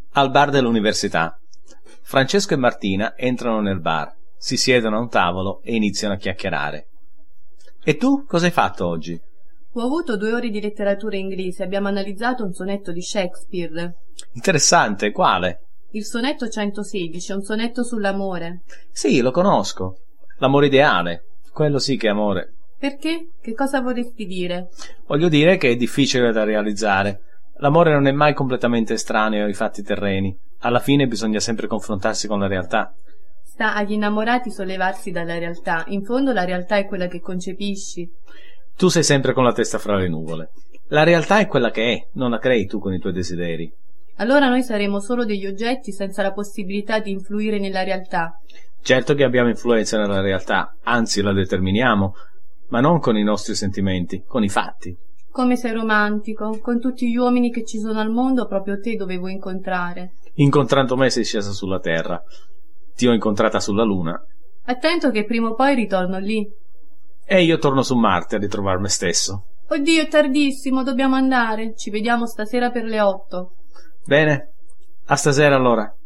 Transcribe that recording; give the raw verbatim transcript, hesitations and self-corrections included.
Al bar dell'università. Francesco e Martina entrano nel bar, si siedono a un tavolo e iniziano a chiacchierare. E tu cosa hai fatto oggi? Ho avuto due ore di letteratura inglese, abbiamo analizzato un sonetto di Shakespeare. Interessante, quale? Il sonetto centosedici, è un sonetto sull'amore. Sì, lo conosco. L'amore ideale. Quello sì che è amore. Perché? Che cosa vorresti dire? Voglio dire che è difficile da realizzare. L'amore non è mai completamente estraneo ai fatti terreni. Alla fine bisogna sempre confrontarsi con la realtà. Sta agli innamorati sollevarsi dalla realtà. In fondo la realtà è quella che concepisci. Tu sei sempre con la testa fra le nuvole. La realtà è quella che è, non la crei tu con i tuoi desideri. Allora noi saremo solo degli oggetti senza la possibilità di influire nella realtà. Certo che abbiamo influenza nella realtà, anzi la determiniamo, ma non con i nostri sentimenti, con i fatti. Come sei romantico, con tutti gli uomini che ci sono al mondo proprio te dovevo incontrare. Incontrando me sei scesa sulla terra. Ti ho incontrata sulla luna. Attento che prima o poi ritorno lì. E io torno su Marte a ritrovare me stesso. Oddio, è tardissimo, dobbiamo andare. Ci vediamo stasera per le otto. Bene, a stasera allora.